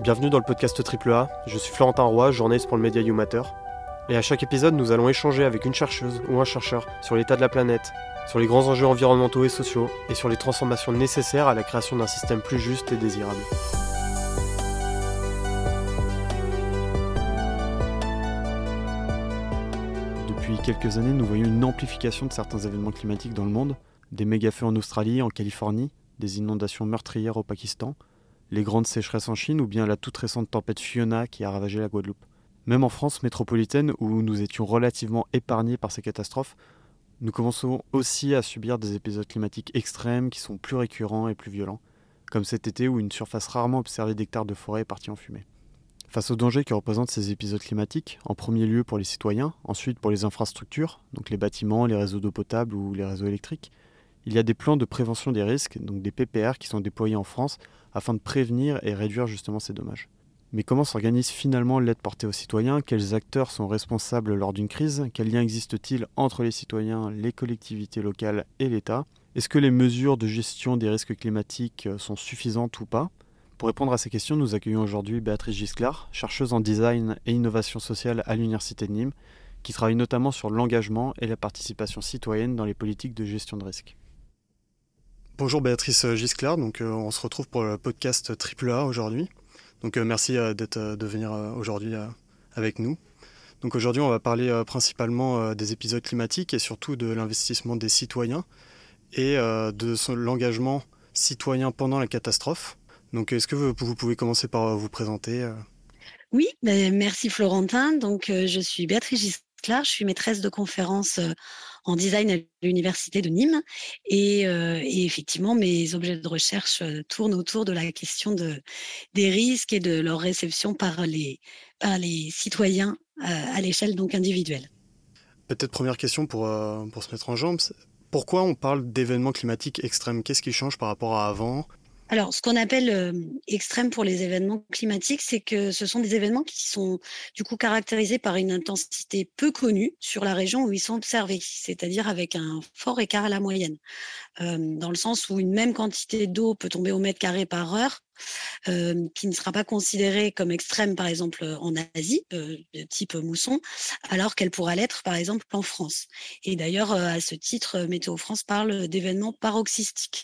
Bienvenue dans le podcast AAA, je suis Florentin Roy, journaliste pour le média YouMatter. Et à chaque épisode, nous allons échanger avec une chercheuse ou un chercheur sur l'état de la planète, sur les grands enjeux environnementaux et sociaux, et sur les transformations nécessaires à la création d'un système plus juste et désirable. Depuis quelques années, nous voyons une amplification de certains événements climatiques dans le monde, des méga-feux en Australie, en Californie, des inondations meurtrières au Pakistan, les grandes sécheresses en Chine ou bien la toute récente tempête Fiona qui a ravagé la Guadeloupe. Même en France métropolitaine, où nous étions relativement épargnés par ces catastrophes, nous commençons aussi à subir des épisodes climatiques extrêmes qui sont plus récurrents et plus violents, comme cet été où une surface rarement observée d'hectares de forêt est partie en fumée. Face aux dangers que représentent ces épisodes climatiques, en premier lieu pour les citoyens, ensuite pour les infrastructures, donc les bâtiments, les réseaux d'eau potable ou les réseaux électriques, il y a des plans de prévention des risques, donc des PPR, qui sont déployés en France afin de prévenir et réduire justement ces dommages. Mais comment s'organise finalement l'aide portée aux citoyens ? Quels acteurs sont responsables lors d'une crise ? Quel lien existe-t-il entre les citoyens, les collectivités locales et l'État ? Est-ce que les mesures de gestion des risques climatiques sont suffisantes ou pas ? Pour répondre à ces questions, nous accueillons aujourd'hui Béatrice Gisclard, chercheuse en design et innovation sociale à l'Université de Nîmes, qui travaille notamment sur l'engagement et la participation citoyenne dans les politiques de gestion de risque. Bonjour Béatrice Gisclard, on se retrouve pour le podcast AAA aujourd'hui. Merci de venir aujourd'hui avec nous. Donc aujourd'hui on va parler principalement des épisodes climatiques et surtout de l'investissement des citoyens et l'engagement citoyen pendant la catastrophe. Donc est-ce que vous pouvez commencer par vous présenter Oui, merci Florentin. Je suis Béatrice Gisclard, je suis maîtresse de conférences en design à l'Université de Nîmes et effectivement mes objets de recherche tournent autour de la question des risques et de leur réception par les citoyens à l'échelle donc individuelle. Peut-être première question pour se mettre en jambes. Pourquoi on parle d'événements climatiques extrêmes ? Qu'est-ce qui change par rapport à avant ? Alors, ce qu'on appelle extrême pour les événements climatiques, c'est que ce sont des événements qui sont du coup caractérisés par une intensité peu connue sur la région où ils sont observés, c'est-à-dire avec un fort écart à la moyenne, dans le sens où une même quantité d'eau peut tomber au mètre carré par heure, qui ne sera pas considérée comme extrême, par exemple en Asie, de type mousson, alors qu'elle pourra l'être, par exemple, en France. Et d'ailleurs, à ce titre, Météo France parle d'événements paroxystiques.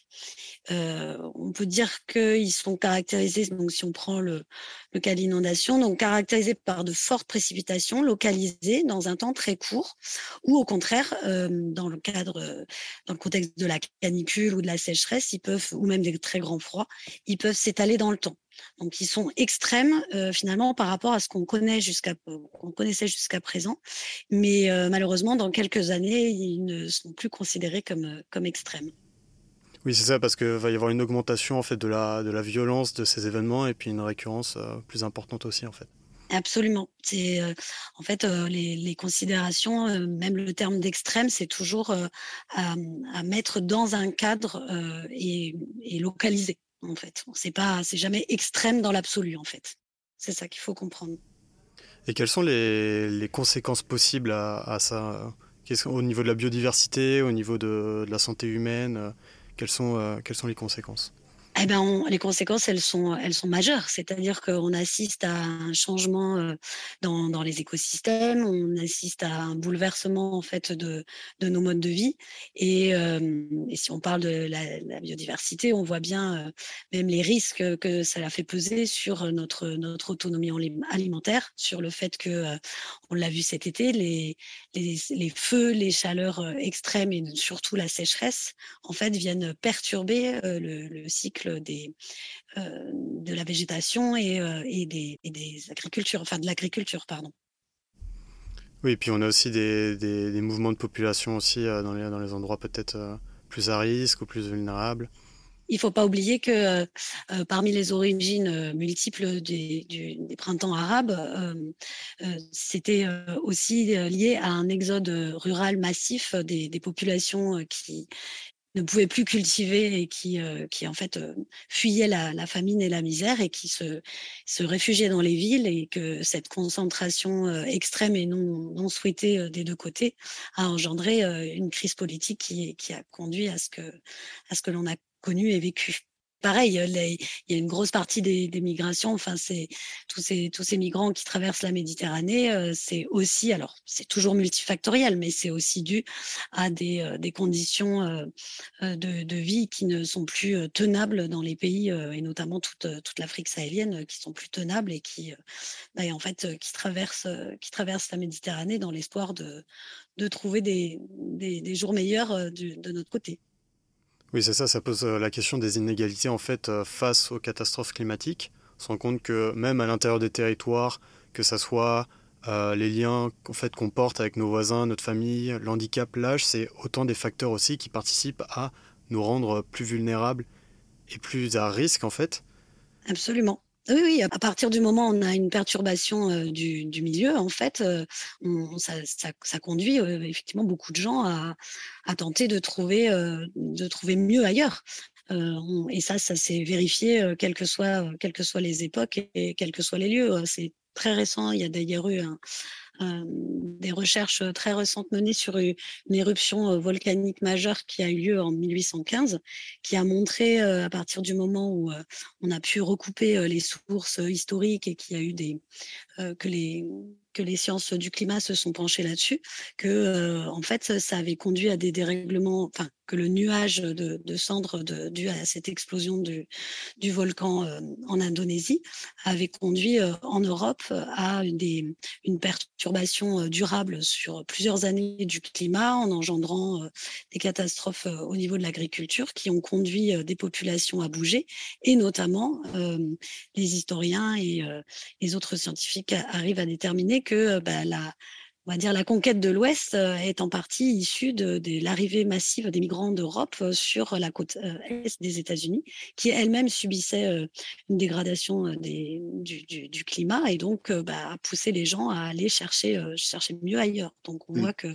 On peut dire qu'ils sont caractérisés, donc si on prend le cas de l'inondation, donc caractérisés par de fortes précipitations localisées dans un temps très court, ou au contraire, dans le contexte de la canicule ou de la sécheresse, ou même des très grands froids, ils peuvent s'étaler dans le temps. Donc, ils sont extrêmes finalement par rapport à ce qu'on connaissait jusqu'à présent, mais malheureusement, dans quelques années, ils ne sont plus considérés comme extrêmes. Oui, c'est ça, parce qu'il va y avoir une augmentation en fait, de la violence de ces événements et puis une récurrence plus importante aussi en fait. Absolument. C'est en fait les considérations, même le terme d'extrême, c'est toujours à mettre dans un cadre et localisé. En fait, c'est jamais extrême dans l'absolu. En fait, c'est ça qu'il faut comprendre. Et quelles sont les conséquences possibles à ça au niveau de la biodiversité, au niveau de la santé humaine quelles sont les conséquences ? Eh ben, les conséquences, elles sont majeures. C'est-à-dire qu'on assiste à un changement dans les écosystèmes, on assiste à un bouleversement en fait de nos modes de vie. Et si on parle de la biodiversité, on voit bien même les risques que ça fait peser sur notre autonomie alimentaire, sur le fait que, on l'a vu cet été, les feux, les chaleurs extrêmes et surtout la sécheresse, en fait, viennent perturber le cycle de la végétation et des agricultures, enfin de l'agriculture, pardon. Oui, et puis on a aussi des mouvements de population aussi dans les endroits peut-être plus à risque ou plus vulnérables. Il ne faut pas oublier que parmi les origines multiples des printemps arabes, c'était aussi lié à un exode rural massif des populations qui ne pouvaient plus cultiver et qui en fait fuyaient la famine et la misère et qui se réfugiaient dans les villes, et que cette concentration extrême et non souhaitée des deux côtés a engendré une crise politique qui a conduit à ce que l'on a connu et vécu. pareil, il y a une grosse partie des migrations, enfin, c'est tous ces migrants qui traversent la Méditerranée, c'est aussi, alors c'est toujours multifactoriel, mais c'est aussi dû à des conditions de vie qui ne sont plus tenables dans les pays, et notamment toute l'Afrique sahélienne, qui sont plus tenables et en fait, qui traversent la Méditerranée dans l'espoir de trouver des jours meilleurs de notre côté. Oui, c'est ça, ça pose la question des inégalités en fait face aux catastrophes climatiques. On se rend compte que même à l'intérieur des territoires, que ça soit les liens en fait, qu'on porte avec nos voisins, notre famille, l'handicap, l'âge, c'est autant des facteurs aussi qui participent à nous rendre plus vulnérables et plus à risque en fait. Absolument. Oui, oui, à partir du moment où on a une perturbation, du milieu, en fait, on ça conduit, effectivement beaucoup de gens à tenter de trouver mieux ailleurs. On et ça s'est vérifié, quelles que soient les époques et quels que soient les lieux. C'est très récent, il y a d'ailleurs eu des recherches très récentes menées sur une éruption volcanique majeure qui a eu lieu en 1815, qui a montré, à partir du moment où on a pu recouper les sources historiques et qu'il y a eu que les sciences du climat se sont penchées là-dessus, que en fait, ça avait conduit à des dérèglements, enfin que le nuage de cendres dû à cette explosion du volcan en Indonésie avait conduit en Europe à une perturbation durable sur plusieurs années du climat, en engendrant des catastrophes au niveau de l'agriculture qui ont conduit des populations à bouger, et notamment les historiens et les autres scientifiques arrivent à déterminer que on va dire la conquête de l'Ouest est en partie issue de l'arrivée massive des migrants d'Europe sur la côte est des États-Unis, qui elles-mêmes subissaient une dégradation du climat, et donc a poussé les gens à aller chercher mieux ailleurs. Donc on voit que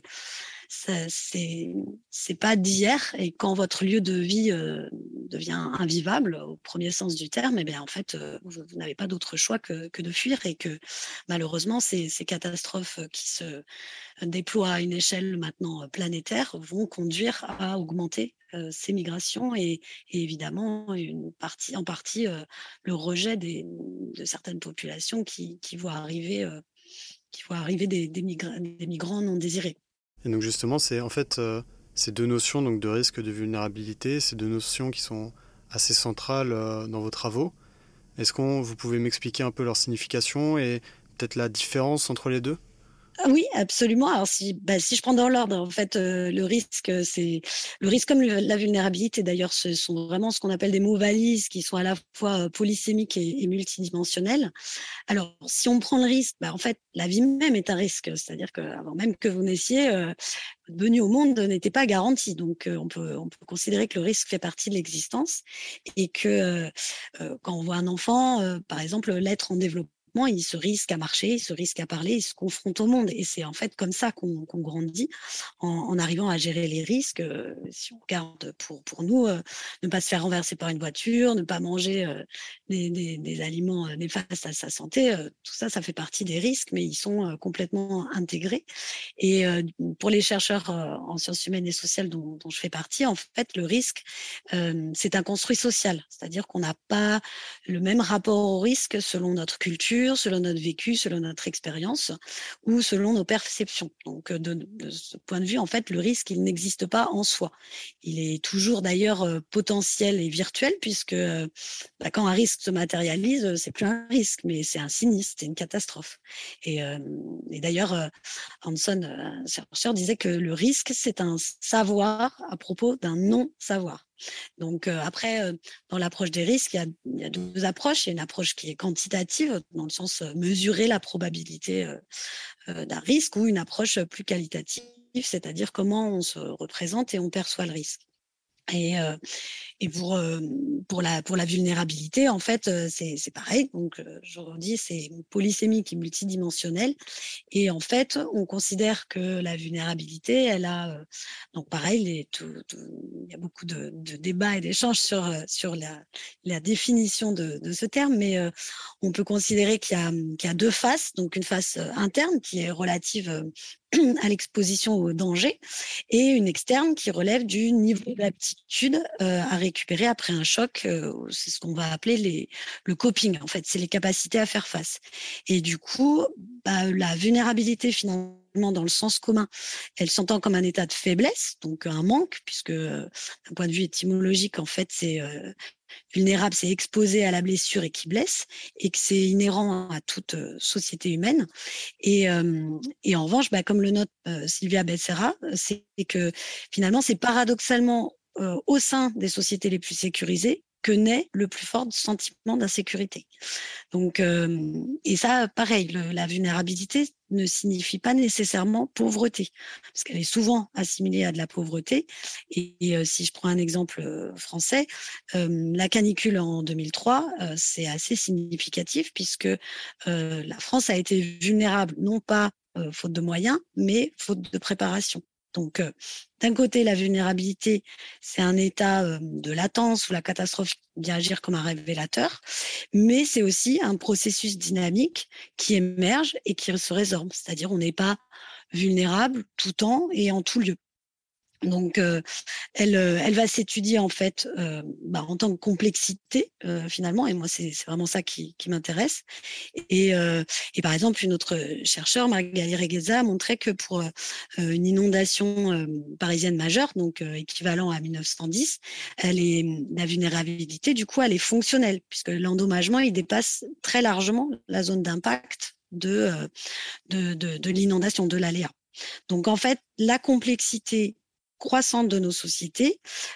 c'est pas d'hier, et quand votre lieu de vie devient invivable au premier sens du terme, et bien en fait vous n'avez pas d'autre choix que de fuir, et que malheureusement ces catastrophes qui se déploient à une échelle maintenant planétaire vont conduire à augmenter ces migrations, et évidemment en partie le rejet de certaines populations qui voient arriver des migrants non désirés. Et donc justement, c'est en fait ces deux notions donc de risque de vulnérabilité, ces deux notions qui sont assez centrales dans vos travaux. Est-ce que vous pouvez m'expliquer un peu leur signification et peut-être la différence entre les deux? Ah oui, absolument. Alors si je prends dans l'ordre, en fait, le risque comme la vulnérabilité d'ailleurs, ce sont vraiment ce qu'on appelle des mots valises qui sont à la fois polysémiques et multidimensionnels. Alors, si on prend le risque, en fait, la vie même est un risque. C'est-à-dire qu'avant même que vous naissiez, votre venue au monde n'était pas garantie. Donc, on peut considérer que le risque fait partie de l'existence, et que quand on voit un enfant, par exemple, l'être en développement, il se risque à marcher, il se risque à parler, il se confronte au monde. Et c'est en fait comme ça qu'on grandit, en arrivant à gérer les risques. Si on regarde pour nous, ne pas se faire renverser par une voiture, ne pas manger des aliments néfastes à sa santé, tout ça, ça fait partie des risques, mais ils sont complètement intégrés. Et pour les chercheurs en sciences humaines et sociales dont je fais partie, en fait, le risque, c'est un construit social. C'est-à-dire qu'on n'a pas le même rapport au risque selon notre culture, selon notre vécu, selon notre expérience, ou selon nos perceptions. Donc, de ce point de vue, en fait, le risque, il n'existe pas en soi. Il est toujours d'ailleurs potentiel et virtuel, puisque quand un risque se matérialise, c'est plus un risque, mais c'est un sinistre, c'est une catastrophe. Et d'ailleurs, Hanson, un chercheur, disait que le risque, c'est un savoir à propos d'un non-savoir. Donc après, dans l'approche des risques, il y a deux approches. Il y a une approche qui est quantitative, dans le sens mesurer la probabilité d'un risque, ou une approche plus qualitative, c'est-à-dire comment on se représente et on perçoit le risque. Et, et pour la vulnérabilité, en fait, c'est pareil. Donc, je redis, c'est polysémique et multidimensionnel. Et en fait, on considère que la vulnérabilité, elle a donc pareil, il y a beaucoup de débats et d'échanges sur la définition de ce terme, mais on peut considérer qu'il y a deux faces. Donc, une face interne qui est relative à l'exposition au danger, et une externe qui relève du niveau d'aptitude à récupérer après un choc. C'est ce qu'on va appeler le coping. En fait, c'est les capacités à faire face. Et du coup, la vulnérabilité finalement dans le sens commun, elle s'entend comme un état de faiblesse, donc un manque, puisque d'un point de vue étymologique, en fait, c'est vulnérable, c'est exposé à la blessure et qui blesse, et que c'est inhérent à toute société humaine. Et en revanche, comme le note Sylvia Becerra, c'est que finalement, c'est paradoxalement au sein des sociétés les plus sécurisées que naît le plus fort sentiment d'insécurité. Donc, et ça, pareil, la vulnérabilité ne signifie pas nécessairement pauvreté, parce qu'elle est souvent assimilée à de la pauvreté. Et si je prends un exemple français, la canicule en 2003, c'est assez significatif, puisque la France a été vulnérable, non pas faute de moyens, mais faute de préparation. Donc, d'un côté, la vulnérabilité, c'est un état de latence où la catastrophe vient agir comme un révélateur, mais c'est aussi un processus dynamique qui émerge et qui se résorbe. C'est-à-dire, on n'est pas vulnérable tout temps et en tout lieu. Donc, elle va s'étudier en fait en tant que complexité finalement, et moi c'est vraiment ça qui m'intéresse. Et par exemple, une autre chercheure, Magali Regueza, a montré que pour une inondation parisienne majeure, donc équivalent à 1910, la vulnérabilité du coup elle est fonctionnelle, puisque l'endommagement il dépasse très largement la zone d'impact de l'inondation, de l'aléa. Donc en fait, la complexité croissante de nos sociétés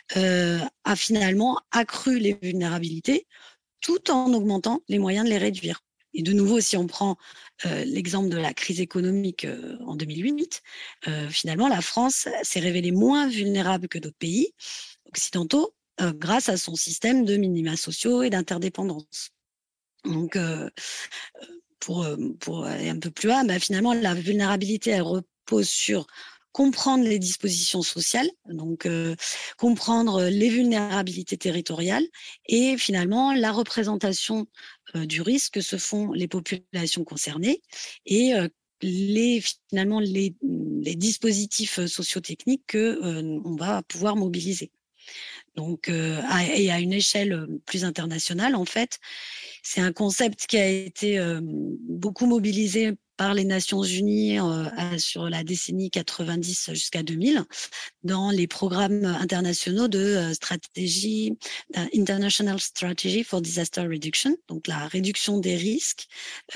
a finalement accru les vulnérabilités tout en augmentant les moyens de les réduire. Et de nouveau, si on prend l'exemple de la crise économique en 2008, finalement, la France s'est révélée moins vulnérable que d'autres pays occidentaux grâce à son système de minima sociaux et d'interdépendance. Donc, pour aller un peu plus bas, finalement, la vulnérabilité, elle repose sur comprendre les dispositions sociales, donc comprendre les vulnérabilités territoriales et finalement la représentation du risque que se font les populations concernées et finalement les dispositifs sociotechniques que on va pouvoir mobiliser. Donc, et à une échelle plus internationale, en fait, c'est un concept qui a été beaucoup mobilisé par les Nations Unies sur la décennie 90 jusqu'à 2000 dans les programmes internationaux de stratégie, International Strategy for Disaster Reduction, donc la réduction des risques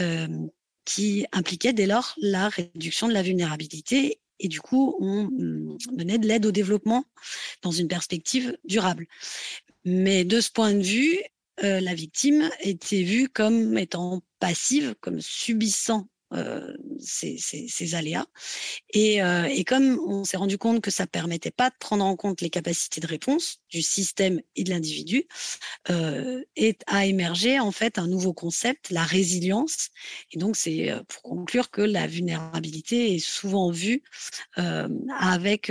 qui impliquait dès lors la réduction de la vulnérabilité. Et du coup, on menait de l'aide au développement dans une perspective durable. Mais de ce point de vue, la victime était vue comme étant passive, comme subissant ces aléas. Et comme on s'est rendu compte que ça ne permettait pas de prendre en compte les capacités de réponse du système et de l'individu, a émergé en fait un nouveau concept, la résilience. Et donc c'est pour conclure que la vulnérabilité est souvent vue avec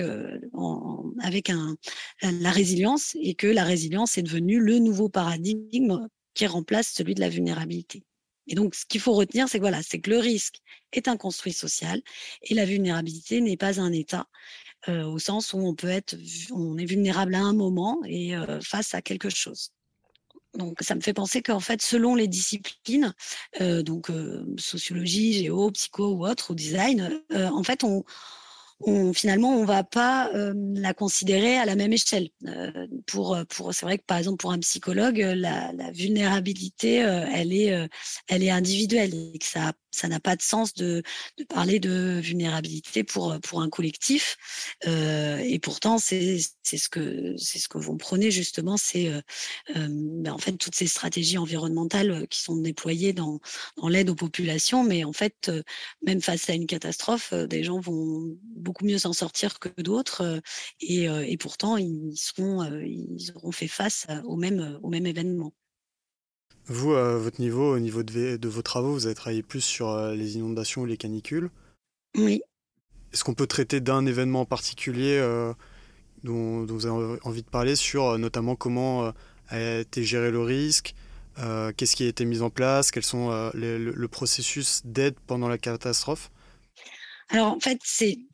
la résilience, et que la résilience est devenue le nouveau paradigme qui remplace celui de la vulnérabilité. Et donc, ce qu'il faut retenir, c'est que c'est que le risque est un construit social et la vulnérabilité n'est pas un état, au sens où on est vulnérable à un moment et face à quelque chose. Donc, ça me fait penser qu'en fait, selon les disciplines, sociologie, géo, psycho ou autre, ou design, en fait, finalement, on va pas la considérer à la même échelle. C'est vrai que par exemple pour un psychologue, la vulnérabilité, elle est individuelle, et que ça n'a pas de sens de parler de vulnérabilité pour un collectif. Et pourtant, c'est ce que vont prôner justement, en fait toutes ces stratégies environnementales qui sont déployées dans l'aide aux populations. Mais en fait, même face à une catastrophe, des gens vont beaucoup mieux s'en sortir que d'autres, et pourtant ils auront fait face au même événement. Vous, à votre niveau, au niveau de vos travaux, vous avez travaillé plus sur les inondations ou les canicules. Oui. Est-ce qu'on peut traiter d'un événement en particulier dont vous avez envie de parler, sur notamment comment a été géré le risque, qu'est-ce qui a été mis en place, quels sont le processus d'aide pendant la catastrophe? Alors en fait,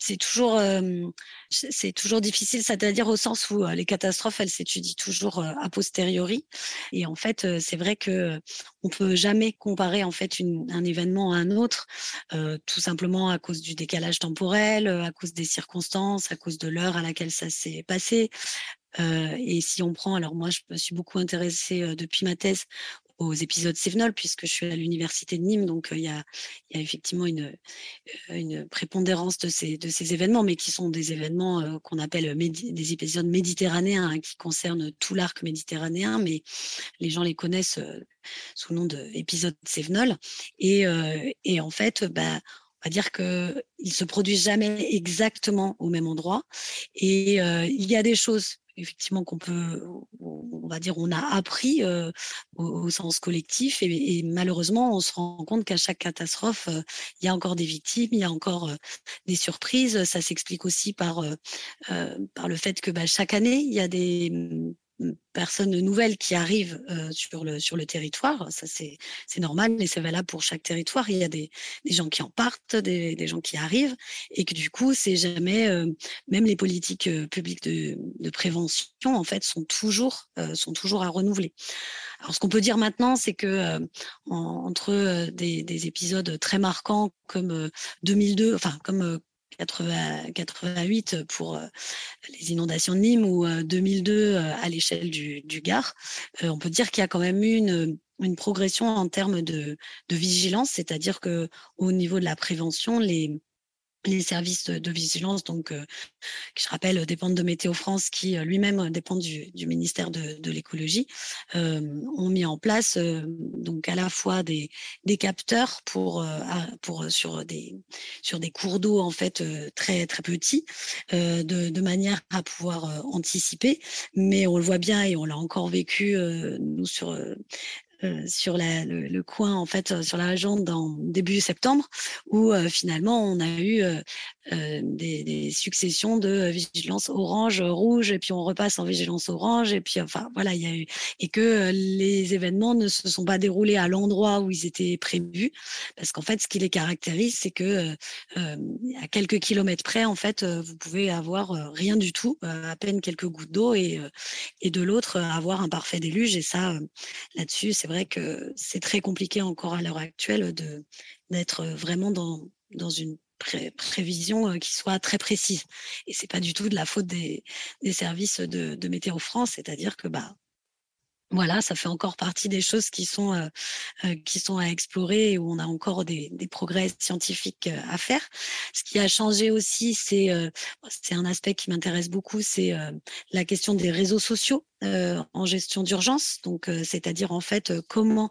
c'est toujours difficile, c'est-à-dire au sens où les catastrophes, elles s'étudient toujours a posteriori. Et en fait, c'est vrai que on peut jamais comparer en fait un événement à un autre, tout simplement à cause du décalage temporel, à cause des circonstances, à cause de l'heure à laquelle ça s'est passé. Et si on prend, alors moi, je me suis beaucoup intéressée depuis ma thèse aux épisodes Cévenol, puisque je suis à l'université de Nîmes, donc il y a effectivement une prépondérance de ces événements, mais qui sont des événements qu'on appelle des épisodes méditerranéens, hein, qui concernent tout l'arc méditerranéen, mais les gens les connaissent sous le nom d'épisodes Cévenol. Et en fait, bah, on va dire qu'ils ne se produisent jamais exactement au même endroit. Et il y a des choses effectivement on va dire, on a appris au sens collectif, et malheureusement, on se rend compte qu'à chaque catastrophe, il y a encore des victimes, il y a encore des surprises. Ça s'explique aussi par le fait que chaque année, il y a des personnes nouvelles qui arrivent sur le territoire. Ça, c'est normal, et c'est valable pour chaque territoire. Il y a des gens qui en partent, des gens qui arrivent, et que du coup, c'est jamais, même les politiques publiques de prévention, en fait, sont toujours à renouveler. Alors, ce qu'on peut dire maintenant, c'est que entre des épisodes très marquants comme 2002, enfin comme 88 pour les inondations de Nîmes, ou 2002 à l'échelle du Gard, on peut dire qu'il y a quand même eu une progression en termes de vigilance, c'est-à-dire que au niveau de la prévention, les services de vigilance, donc qui, je rappelle, dépendent de Météo France, qui lui-même dépend du ministère de l'écologie, ont mis en place donc à la fois des capteurs sur des cours d'eau en fait très très petits, de manière à pouvoir anticiper. Mais on le voit bien, et on l'a encore vécu nous sur le coin, en fait, sur la région dans début septembre, où finalement on a eu des successions de vigilance orange, rouge, et puis on repasse en vigilance orange, et puis enfin voilà, il y a eu, et que les événements ne se sont pas déroulés à l'endroit où ils étaient prévus, parce qu'en fait, ce qui les caractérise, c'est que à quelques kilomètres près, en fait, vous pouvez avoir rien du tout, à peine quelques gouttes d'eau, et de l'autre avoir un parfait déluge. Et ça, là-dessus, c'est vrai que c'est très compliqué encore à l'heure actuelle d'être vraiment dans une prévision qui soit très précise. Et c'est pas du tout de la faute des services de Météo France, c'est-à-dire que voilà, ça fait encore partie des choses qui sont à explorer, et où on a encore des progrès scientifiques à faire. Ce qui a changé aussi, c'est un aspect qui m'intéresse beaucoup, c'est la question des réseaux sociaux en gestion d'urgence. Donc, c'est-à-dire en fait comment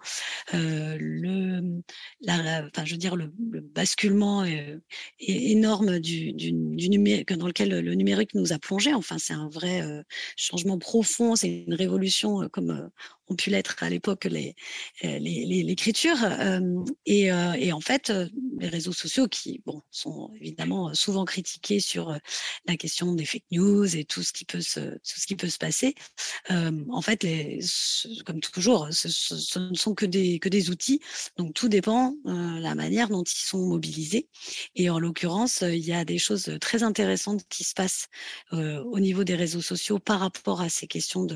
enfin, je veux dire, le basculement énorme du numérique, dans lequel le numérique nous a plongé. Enfin, c'est un vrai changement profond, c'est une révolution comme ont pu l'être à l'époque l'écriture. Et en fait, les réseaux sociaux qui sont évidemment souvent critiqués sur la question des fake news et tout ce qui peut se passer. En fait, comme toujours, ce ne sont que des outils. Donc tout dépend de la manière dont ils sont mobilisés. Et en l'occurrence, il y a des choses très intéressantes qui se passent au niveau des réseaux sociaux par rapport à ces questions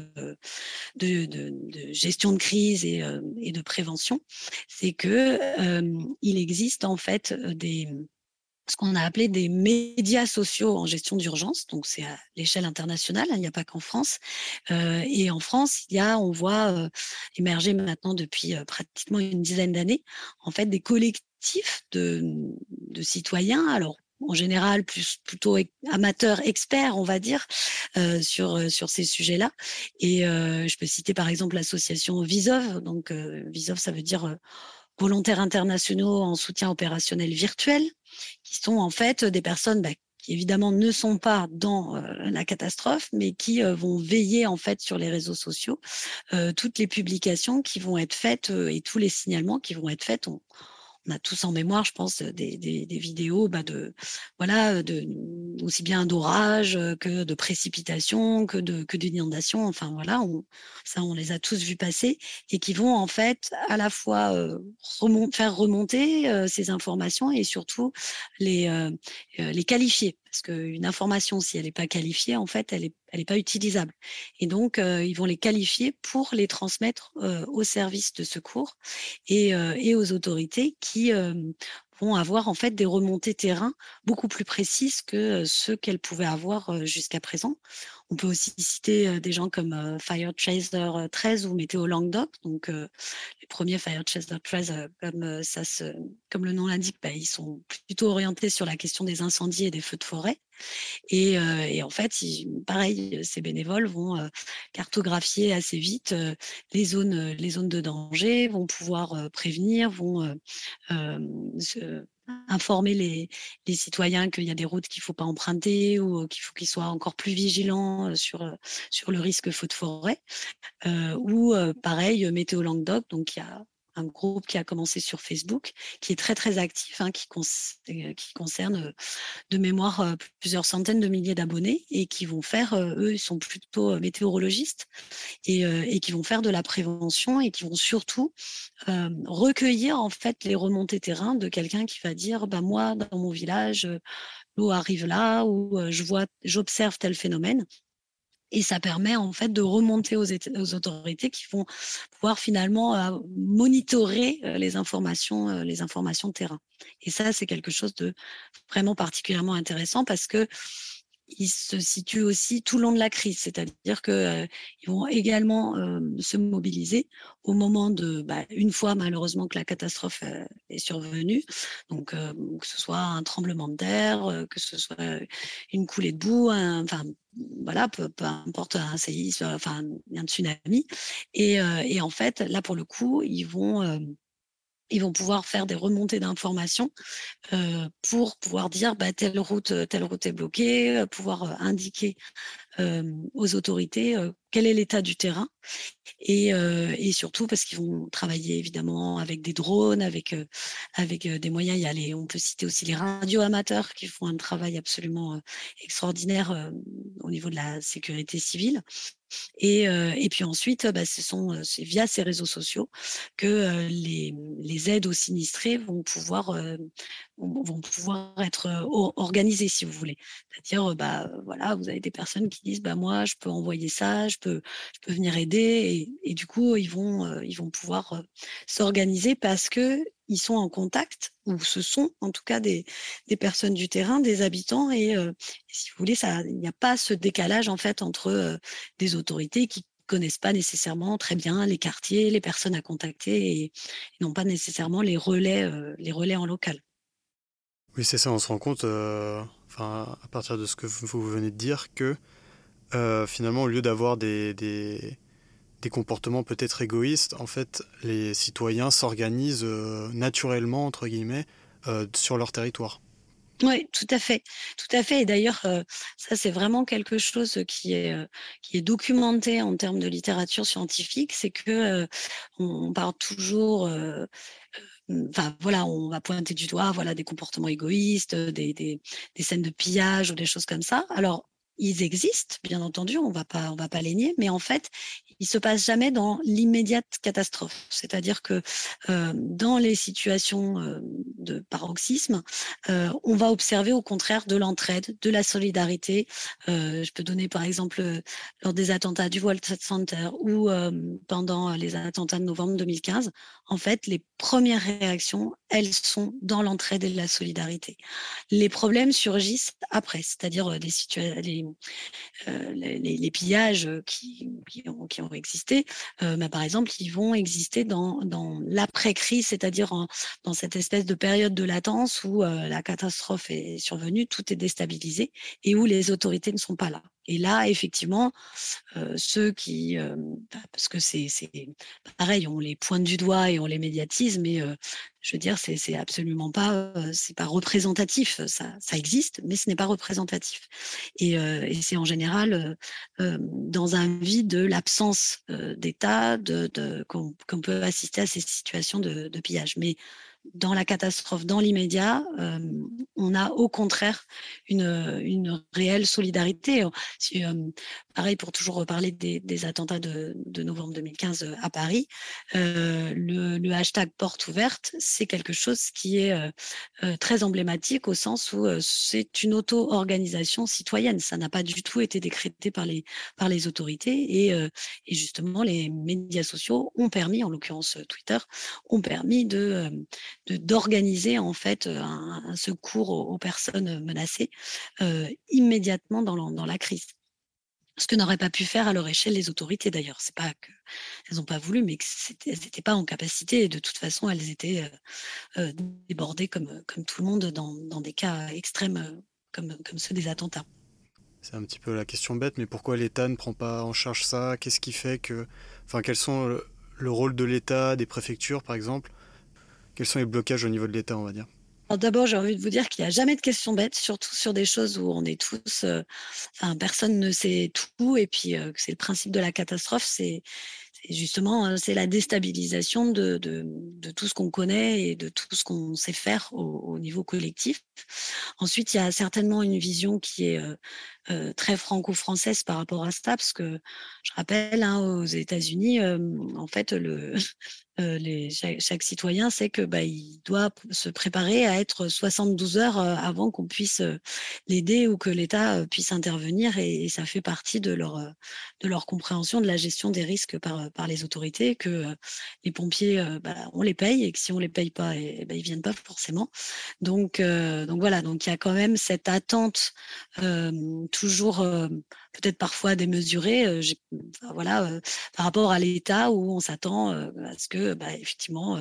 de gestion de crise et de prévention. C'est que il existe en fait ce qu'on a appelé des médias sociaux en gestion d'urgence. Donc, c'est à l'échelle internationale, hein, il n'y a pas qu'en France. Et en France, on voit émerger maintenant depuis pratiquement une dizaine d'années, en fait, des collectifs de citoyens. Alors, en général, plutôt amateurs, experts, on va dire, sur ces sujets-là. Et je peux citer par exemple l'association VISOV. Donc, VISOV, ça veut dire volontaires internationaux en soutien opérationnel virtuel, qui sont en fait des personnes qui évidemment ne sont pas dans la catastrophe, mais qui vont veiller en fait sur les réseaux sociaux, toutes les publications qui vont être faites et tous les signalements qui vont être faits. on a tous en mémoire, je pense, des vidéos de voilà, aussi bien d'orage que de précipitations, que d'inondations. Enfin voilà, on les a tous vus passer et qui vont en fait à la fois faire remonter ces informations et surtout les qualifier. Parce qu'une information, si elle n'est pas qualifiée, en fait, elle est pas utilisable. Et donc, ils vont les qualifier pour les transmettre aux services de secours et aux autorités qui vont avoir en fait des remontées terrain beaucoup plus précises que ceux qu'elles pouvaient avoir jusqu'à présent. On peut aussi citer des gens comme FireChaser 13 ou Météo Languedoc. Donc, les premiers FireChaser 13, comme le nom l'indique, ils sont plutôt orientés sur la question des incendies et des feux de forêt. Et en fait, pareil, ces bénévoles vont cartographier assez vite les zones de danger, vont pouvoir prévenir, vont informer les citoyens qu'il y a des routes qu'il ne faut pas emprunter ou qu'il faut qu'ils soient encore plus vigilants sur le risque feu de forêt. Ou pareil, Météo Languedoc, donc il y a un groupe qui a commencé sur Facebook, qui est très très actif, qui concerne de mémoire plusieurs centaines de milliers d'abonnés et qui vont faire, eux, ils sont plutôt météorologistes et qui vont faire de la prévention et qui vont surtout recueillir en fait les remontées terrain de quelqu'un qui va dire moi dans mon village l'eau arrive là ou j'observe tel phénomène. Et ça permet en fait de remonter aux autorités qui vont pouvoir finalement monitorer les informations de terrain. Et ça, c'est quelque chose de vraiment particulièrement intéressant parce que ils se situent aussi tout le long de la crise, c'est-à-dire qu'ils vont également se mobiliser au moment une fois malheureusement que la catastrophe est survenue, donc que ce soit un tremblement de terre, que ce soit une coulée de boue, voilà, peu importe un séisme, un tsunami, et en fait là pour le coup ils vont pouvoir faire des remontées d'informations pour pouvoir dire telle route est bloquée, pouvoir indiquer aux autorités quel est l'état du terrain et surtout parce qu'ils vont travailler évidemment avec des drones, avec des moyens. On peut citer aussi les radioamateurs qui font un travail absolument extraordinaire au niveau de la sécurité civile. Et puis ensuite, c'est via ces réseaux sociaux que les aides aux sinistrés vont pouvoir être organisées, si vous voulez. C'est-à-dire, voilà, vous avez des personnes qui disent, moi, je peux envoyer ça, je peux venir aider, et du coup, ils vont pouvoir s'organiser parce que ils sont en contact, ou ce sont en tout cas des personnes du terrain, des habitants, et si vous voulez, il n'y a pas ce décalage en fait entre des autorités qui connaissent pas nécessairement très bien les quartiers, les personnes à contacter et n'ont pas nécessairement les relais en local. Oui, c'est ça, on se rend compte, à partir de ce que vous venez de dire, que finalement, au lieu d'avoir des comportements peut-être égoïstes, en fait, les citoyens s'organisent naturellement, entre guillemets, sur leur territoire. Oui, tout à fait, tout à fait. Et d'ailleurs, ça c'est vraiment quelque chose qui est documenté en termes de littérature scientifique, c'est que on parle toujours, voilà, on va pointer du doigt, voilà, des comportements égoïstes, des scènes de pillage ou des choses comme ça. Alors, ils existent, bien entendu, on va pas les nier, mais en fait, ils se passent jamais dans l'immédiate catastrophe. C'est-à-dire que dans les situations de paroxysme, on va observer au contraire de l'entraide, de la solidarité. Je peux donner par exemple lors des attentats du World Trade Center ou pendant les attentats de novembre 2015, en fait, les premières réactions, elles sont dans l'entraide et la solidarité. Les problèmes surgissent après, c'est-à-dire les pillages qui ont existé, par exemple, ils vont exister dans l'après-crise, c'est-à-dire dans cette espèce de période de latence où la catastrophe est survenue, tout est déstabilisé et où les autorités ne sont pas là. Et là, effectivement, ceux qui, parce que c'est pareil, on les pointe du doigt et on les médiatise, mais je veux dire, c'est absolument pas, c'est pas représentatif. Ça existe, mais ce n'est pas représentatif. Et c'est en général dans un vide de l'absence d'État qu'on peut assister à ces situations de pillage. Mais dans la catastrophe, dans l'immédiat, on a au contraire une réelle solidarité. Si, pareil, pour toujours reparler des attentats de novembre 2015 à Paris, le hashtag porte ouverte, c'est quelque chose qui est très emblématique au sens où c'est une auto-organisation citoyenne. Ça n'a pas du tout été décrété par les autorités et justement les médias sociaux ont permis, en l'occurrence Twitter, ont permis d'organiser en fait un secours aux personnes menacées immédiatement dans la crise. Ce que n'auraient pas pu faire à leur échelle les autorités d'ailleurs. C'est pas qu'elles n'ont pas voulu, mais qu'elles n'étaient pas en capacité. Et de toute façon, elles étaient débordées comme tout le monde dans des cas extrêmes comme ceux des attentats. C'est un petit peu la question bête, mais pourquoi l'État ne prend pas en charge ça? Qu'est-ce qui fait que... Enfin, quels sont le rôle de l'État, des préfectures par exemple? Quels sont les blocages au niveau de l'État, on va dire? Alors d'abord, j'ai envie de vous dire qu'il n'y a jamais de questions bêtes, surtout sur des choses où on est tous... personne ne sait tout, et puis c'est le principe de la catastrophe, c'est justement, c'est la déstabilisation de tout ce qu'on connaît et de tout ce qu'on sait faire au niveau collectif. Ensuite, il y a certainement une vision qui est très franco-française par rapport à ça, parce que je rappelle, aux États-Unis, en fait, chaque citoyen sait que il doit se préparer à être 72 heures avant qu'on puisse l'aider ou que l'État puisse intervenir, et ça fait partie de leur compréhension de la gestion des risques par les autorités, que les pompiers, on les paye, et que si on les paye pas, ils viennent pas forcément. Donc voilà, donc il y a quand même cette attente toujours peut-être parfois démesurée, par rapport à l'État, où on s'attend à ce que effectivement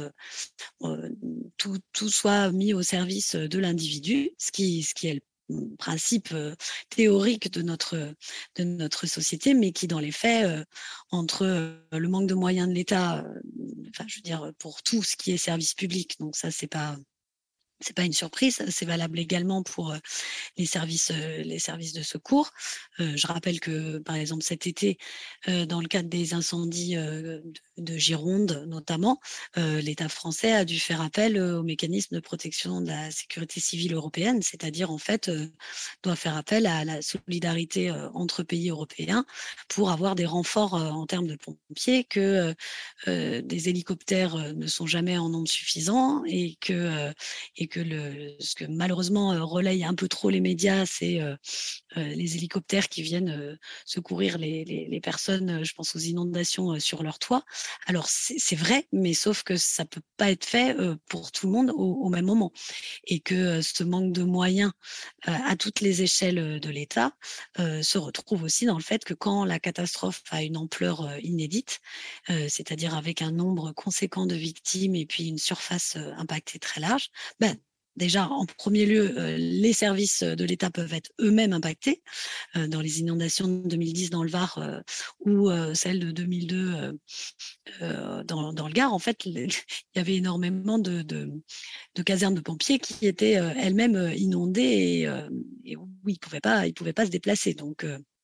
tout soit mis au service de l'individu, ce qui est le principe théorique de notre société, mais qui dans les faits, entre le manque de moyens de l'État, pour tout ce qui est service public, donc ça c'est pas une surprise, c'est valable également pour les services de secours. Je rappelle que, par exemple, cet été, dans le cadre des incendies de Gironde notamment, l'État français a dû faire appel au mécanisme de protection de la sécurité civile européenne, c'est-à-dire en fait doit faire appel à la solidarité entre pays européens pour avoir des renforts en termes de pompiers, que des hélicoptères ne sont jamais en nombre suffisant, et que ce que malheureusement relaye un peu trop les médias, c'est les hélicoptères qui viennent secourir les personnes, je pense aux inondations sur leur toit. Alors c'est vrai, mais sauf que ça peut pas être fait pour tout le monde au même moment, et que ce manque de moyens à toutes les échelles de l'État se retrouve aussi dans le fait que quand la catastrophe a une ampleur inédite, c'est-à-dire avec un nombre conséquent de victimes et puis une surface impactée très large, déjà, en premier lieu, les services de l'État peuvent être eux-mêmes impactés. Dans les inondations de 2010 dans le Var ou celles de 2002 dans le Gard, en fait, il y avait énormément de casernes de pompiers qui étaient elles-mêmes inondées, et où ils ne pouvaient pas se déplacer. Donc,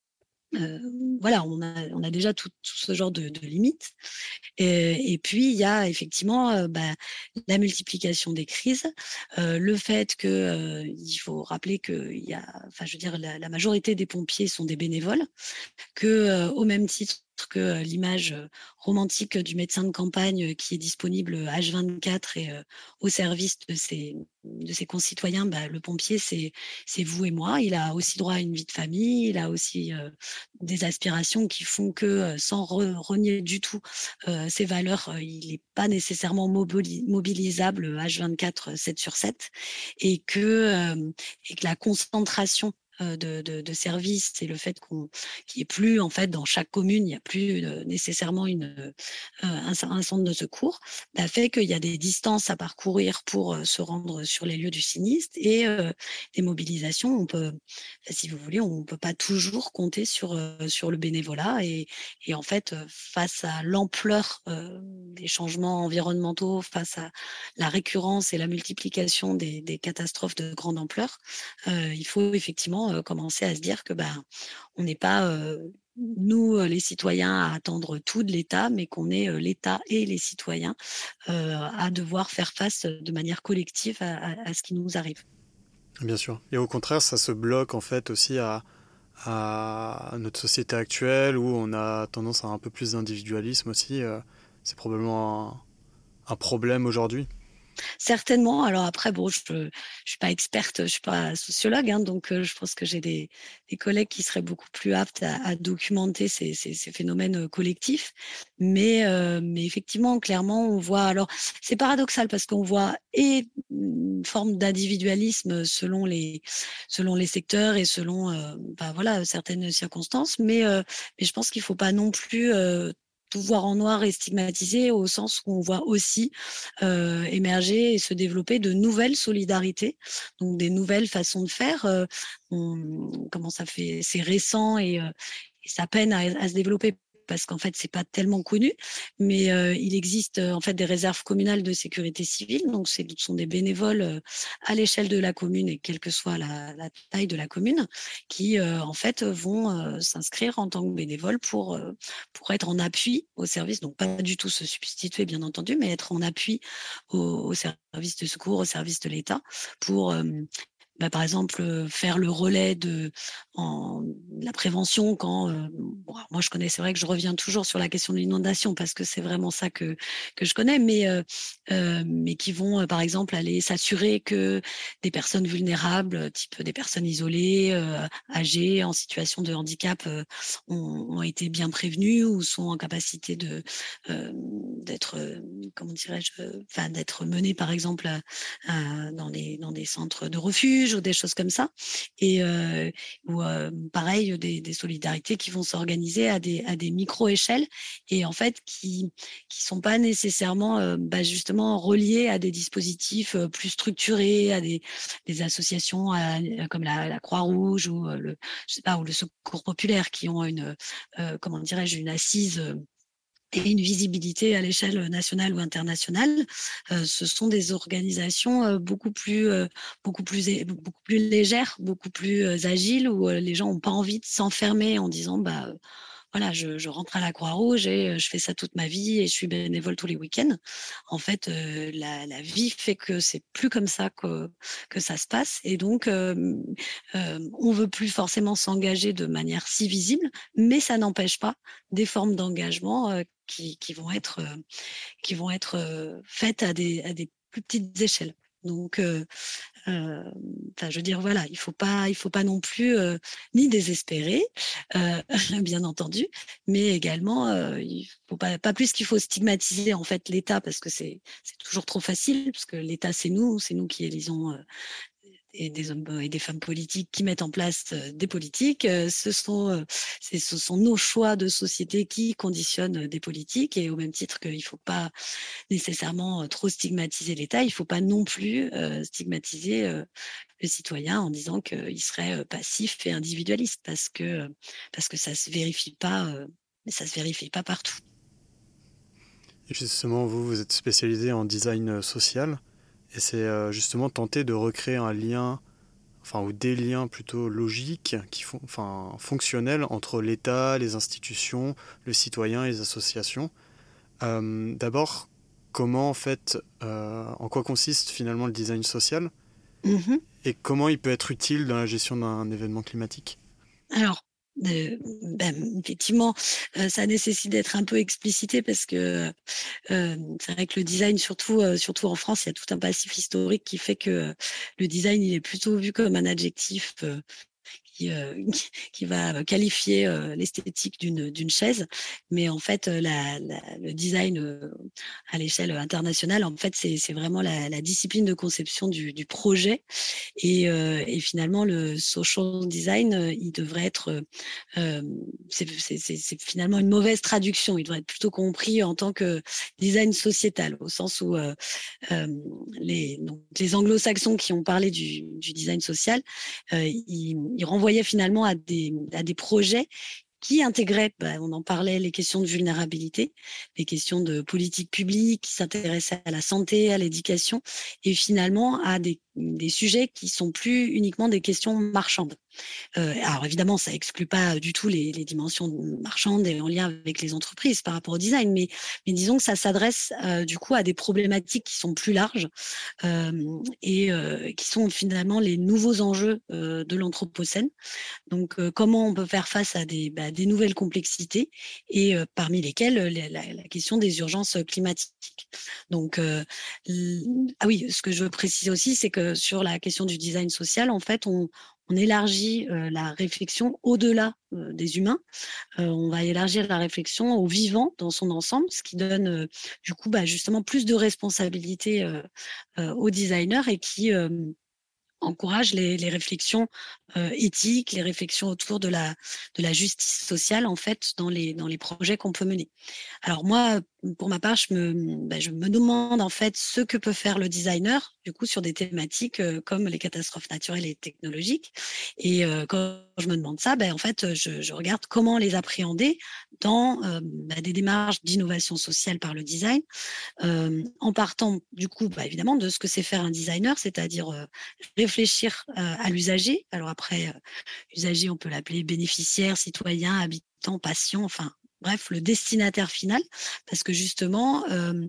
voilà, on a déjà tout ce genre de limites. Et puis, il y a effectivement la multiplication des crises, le fait qu'il faut rappeler qu'il y a, la majorité des pompiers sont des bénévoles, que au même titre que l'image romantique du médecin de campagne qui est disponible H24 et au service de ses concitoyens, le pompier, c'est vous et moi. Il a aussi droit à une vie de famille, il a aussi des aspirations qui font que, sans renier du tout ses valeurs, il n'est pas nécessairement mobilisable H24, 7/7, et que la concentration de services, et le fait qu'il n'y ait plus, en fait, dans chaque commune, il n'y a plus nécessairement un centre de secours, fait qu'il y a des distances à parcourir pour se rendre sur les lieux du sinistre, et des mobilisations. Si vous voulez, on ne peut pas toujours compter sur le bénévolat, et en fait, face à l'ampleur des changements environnementaux, face à la récurrence et la multiplication des catastrophes de grande ampleur, il faut effectivement commencer à se dire que on n'est pas nous, les citoyens, à attendre tout de l'État, mais qu'on est l'État et les citoyens à devoir faire face de manière collective à ce qui nous arrive. Bien sûr. Et au contraire, ça se bloque en fait aussi à notre société actuelle où on a tendance à un peu plus d'individualisme aussi. C'est probablement un problème aujourd'hui. Certainement. Alors après, bon, je suis pas experte, je suis pas sociologue, hein, donc je pense que j'ai des collègues qui seraient beaucoup plus aptes à documenter ces phénomènes collectifs. Mais effectivement, clairement, on voit. Alors, c'est paradoxal parce qu'on voit et une forme d'individualisme selon les secteurs et selon voilà certaines circonstances. Mais je pense qu'il faut pas non plus tout voir en noir et stigmatiser au sens où on voit aussi émerger et se développer de nouvelles solidarités, donc des nouvelles façons de faire. Comment ça fait, c'est récent et ça peine à se développer parce qu'en fait, c'est pas tellement connu, mais il existe en fait des réserves communales de sécurité civile. Donc, ce sont des bénévoles à l'échelle de la commune et quelle que soit la taille de la commune, qui en fait vont s'inscrire en tant que bénévoles pour être en appui au service. Donc, pas du tout se substituer, bien entendu, mais être en appui au service de secours, au service de l'État pour par exemple, faire le relais de la prévention quand bon, moi je connais, c'est vrai que je reviens toujours sur la question de l'inondation parce que c'est vraiment ça que je connais, mais qui vont par exemple aller s'assurer que des personnes vulnérables, type des personnes isolées, âgées, en situation de handicap, ont été bien prévenues ou sont en capacité d'être, comment dirais-je, enfin d'être menées par exemple dans des centres de refuge ou des choses comme ça. Ou pareil, des solidarités qui vont s'organiser à des micro-échelles et en fait qui sont pas nécessairement justement reliées à des dispositifs plus structurés, à des associations comme la Croix-Rouge ou je sais pas, ou le Secours populaire qui ont comment dirais-je, une assise et une visibilité à l'échelle nationale ou internationale. Ce sont des organisations beaucoup plus légères, beaucoup plus agiles, où les gens n'ont pas envie de s'enfermer en disant voilà, je rentre à la Croix-Rouge et je fais ça toute ma vie et je suis bénévole tous les week-ends. En fait, la vie fait que c'est plus comme ça que ça se passe. Et donc, on veut plus forcément s'engager de manière si visible, mais ça n'empêche pas des formes d'engagement qui vont être faites à des plus petites échelles. Donc, je veux dire, voilà, il faut pas non plus ni désespérer, bien entendu, mais également, il faut pas plus qu'il faut stigmatiser en fait l'État parce que c'est toujours trop facile, parce que l'État c'est nous qui élisons et des hommes et des femmes politiques qui mettent en place des politiques. Ce sont nos choix de société qui conditionnent des politiques et au même titre qu'il ne faut pas nécessairement trop stigmatiser l'État, il ne faut pas non plus stigmatiser le citoyen en disant qu'il serait passif et individualiste parce que ça ne se vérifie pas, ça se vérifie pas partout. Et justement, vous êtes spécialisé en design social et c'est justement tenter de recréer un lien, enfin ou des liens plutôt logiques, fonctionnels entre l'État, les institutions, le citoyen et les associations. D'abord, comment en quoi consiste finalement le design social Mmh. et comment il peut être utile dans la gestion d'un événement climatique? Alors, effectivement, ça nécessite d'être un peu explicité parce que, c'est vrai que le design surtout en France, il y a tout un passif historique qui fait que, le design, il est plutôt vu comme un adjectif, qui, qui va qualifier l'esthétique d'une chaise. Mais en fait, le design à l'échelle internationale, en fait, c'est vraiment la discipline de conception du projet. Et finalement, le social design, il devrait être, c'est finalement une mauvaise traduction. Il devrait être plutôt compris en tant que design sociétal, au sens où les anglo-saxons qui ont parlé du design social, ils renvoyaient finalement à des projets qui intégraient, on en parlait, les questions de vulnérabilité, les questions de politique publique, qui s'intéressaient à la santé, à l'éducation, et finalement à des des sujets qui sont plus uniquement des questions marchandes. Alors évidemment, ça exclut pas du tout les dimensions marchandes et en lien avec les entreprises par rapport au design, mais disons que ça s'adresse du coup à des problématiques qui sont plus larges et qui sont finalement les nouveaux enjeux de l'anthropocène. Donc, comment on peut faire face à des nouvelles complexités et parmi lesquelles la question des urgences climatiques. Donc, ah oui, ce que je veux préciser aussi, c'est que sur la question du design social, en fait, on élargit la réflexion au-delà des humains. On va élargir la réflexion au vivant dans son ensemble, ce qui donne du coup justement plus de responsabilité aux designers et qui encourage les réflexions éthiques, les réflexions autour de la justice sociale en fait dans les projets qu'on peut mener. Alors moi, pour ma part, je me demande en fait ce que peut faire le designer du coup sur des thématiques comme les catastrophes naturelles et technologiques. Et quand je me demande ça, en fait, je regarde comment les appréhender dans des démarches d'innovation sociale par le design, en partant du coup, évidemment, de ce que c'est faire un designer, c'est-à-dire réfléchir à l'usager. Alors après, usager, on peut l'appeler bénéficiaire, citoyen, habitant, patient, enfin bref, le destinataire final, parce que justement,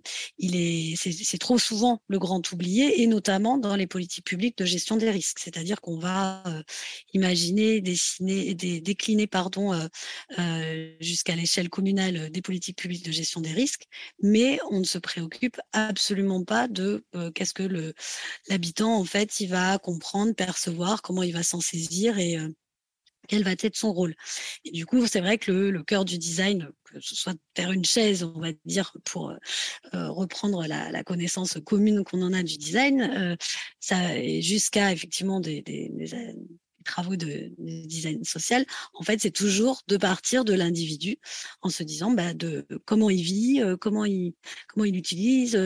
c'est trop souvent le grand oublié, et notamment dans les politiques publiques de gestion des risques. C'est-à-dire qu'on va imaginer, décliner, pardon, jusqu'à l'échelle communale des politiques publiques de gestion des risques, mais on ne se préoccupe absolument pas de qu'est-ce que l'habitant, en fait, il va comprendre, percevoir, comment il va s'en saisir et quel va être son rôle. Et du coup, c'est vrai que le cœur du design, que ce soit faire une chaise, on va dire, pour reprendre la connaissance commune qu'on en a du design, ça, et jusqu'à effectivement des travaux de design social, en fait, c'est toujours de partir de l'individu en se disant de comment il vit, comment il utilise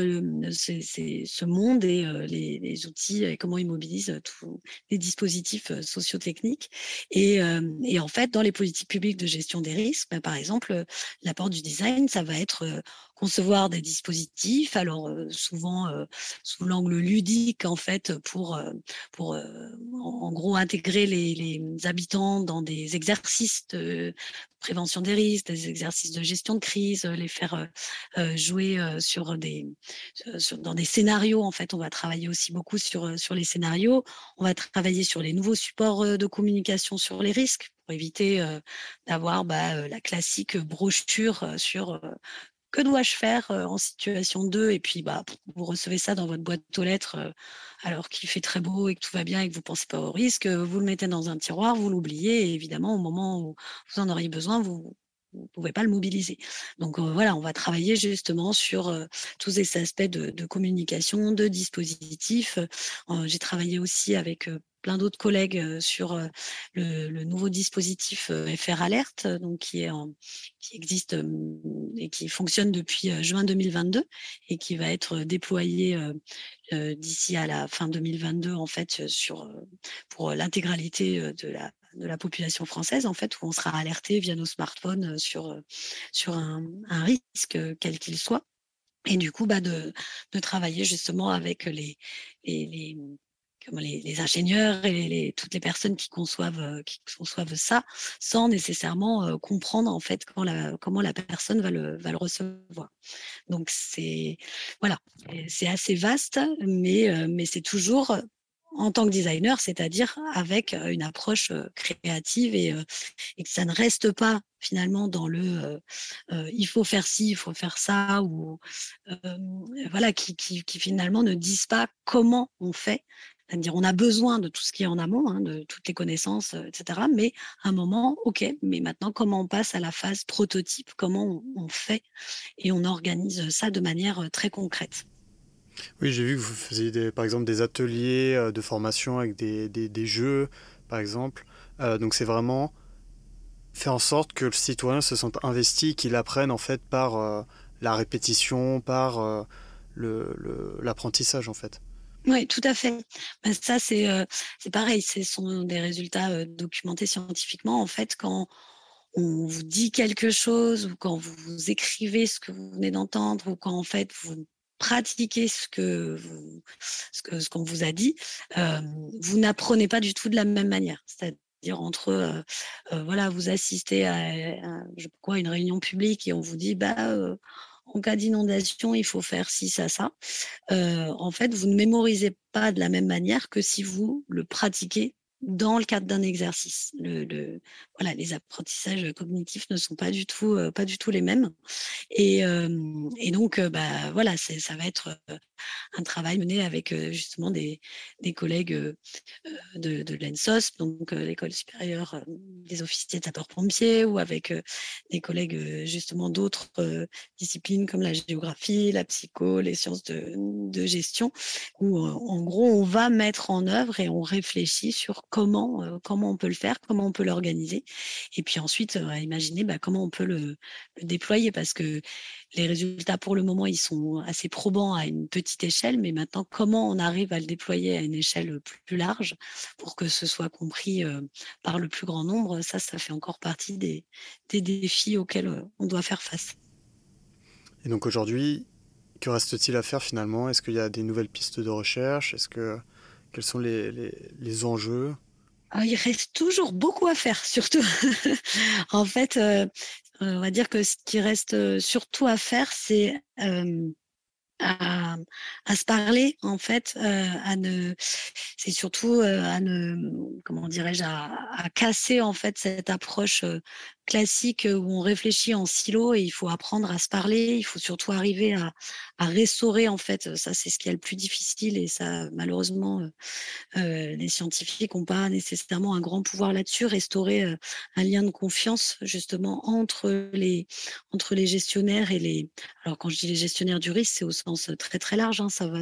ce monde et les outils et comment il mobilise tous les dispositifs sociotechniques. Et en fait, dans les politiques publiques de gestion des risques, par exemple, l'apport du design, ça va être concevoir des dispositifs, alors souvent sous l'angle ludique, en fait, pour en gros intégrer les habitants dans des exercices de prévention des risques, des exercices de gestion de crise, les faire jouer dans des scénarios. En fait, on va travailler aussi beaucoup sur les scénarios. On va travailler sur les nouveaux supports de communication sur les risques pour éviter d'avoir la classique brochure sur que dois-je faire en situation 2 et puis vous recevez ça dans votre boîte aux lettres alors qu'il fait très beau et que tout va bien et que vous ne pensez pas au risque, vous le mettez dans un tiroir, vous l'oubliez et évidemment au moment où vous en auriez besoin, vous ne pouvez pas le mobiliser. Donc voilà, on va travailler justement sur tous ces aspects de communication, de dispositifs. J'ai travaillé aussi avec plein d'autres collègues sur le nouveau dispositif FR Alert, donc qui existe et qui fonctionne depuis juin 2022 et qui va être déployé d'ici à la fin 2022 en fait pour l'intégralité de la population française en fait, où on sera alerté via nos smartphones sur un risque quel qu'il soit. Et du coup, de travailler justement avec les, les ingénieurs et toutes les personnes qui conçoivent ça, sans nécessairement comprendre en fait comment la personne va le recevoir. Donc voilà, c'est assez vaste, mais c'est toujours en tant que designer, c'est-à-dire avec une approche créative et que ça ne reste pas finalement dans il faut faire ci, il faut faire ça, ou voilà, qui finalement ne disent pas comment on fait. C'est-à-dire, on a besoin de tout ce qui est en amont, de toutes les connaissances, etc. Mais à un moment, OK, mais maintenant, comment on passe à la phase prototype? Comment on fait et on organise ça de manière très concrète? Oui, j'ai vu que vous faisiez par exemple des ateliers de formation avec des jeux, par exemple. Donc c'est vraiment faire en sorte que le citoyen se sente investi, qu'il apprenne en fait par la répétition, par l'apprentissage en fait. Oui, tout à fait. Ça, c'est pareil, ce sont des résultats documentés scientifiquement. En fait, quand on vous dit quelque chose ou quand vous écrivez ce que vous venez d'entendre ou quand en fait vous pratiquez ce qu'on vous a dit, vous n'apprenez pas du tout de la même manière. C'est-à-dire entre, voilà, vous assistez à je sais pas quoi, une réunion publique et on vous dit: «Bah, en cas d'inondation, il faut faire ci, ça». En fait, vous ne mémorisez pas de la même manière que si vous le pratiquez dans le cadre d'un exercice. Voilà, les apprentissages cognitifs ne sont pas du tout les mêmes et donc bah, voilà, ça va être, un travail mené avec, justement des collègues, de l'ENSOSP, donc l'École supérieure, des officiers de sapeurs-pompiers ou avec, des collègues, justement d'autres, disciplines comme la géographie, la psycho, les sciences de gestion où, en gros, on va mettre en œuvre et on réfléchit sur comment on peut le faire, comment on peut l'organiser et puis ensuite, à imaginer, bah, comment on peut le déployer parce que les résultats pour le moment, ils sont assez probants à une petite échelle, mais maintenant comment on arrive à le déployer à une échelle, plus large pour que ce soit compris, par le plus grand nombre, ça fait encore partie des défis auxquels, on doit faire face. Et donc aujourd'hui, que reste-t-il à faire finalement? Est-ce qu'il y a des nouvelles pistes de recherche? Quels sont les enjeux? Ah, il reste toujours beaucoup à faire, surtout. En fait, on va dire que ce qui reste, surtout à faire, c'est, à se parler en fait, à ne c'est surtout, à ne comment dirais-je? À casser en fait cette approche, classique, où on réfléchit en silo et il faut apprendre à se parler. Il faut surtout arriver à restaurer en fait, ça c'est ce qui est le plus difficile et ça malheureusement, les scientifiques n'ont pas nécessairement un grand pouvoir là-dessus, restaurer, un lien de confiance justement entre les gestionnaires et les alors quand je dis les gestionnaires du risque, c'est au sens, très, très large, hein, ça va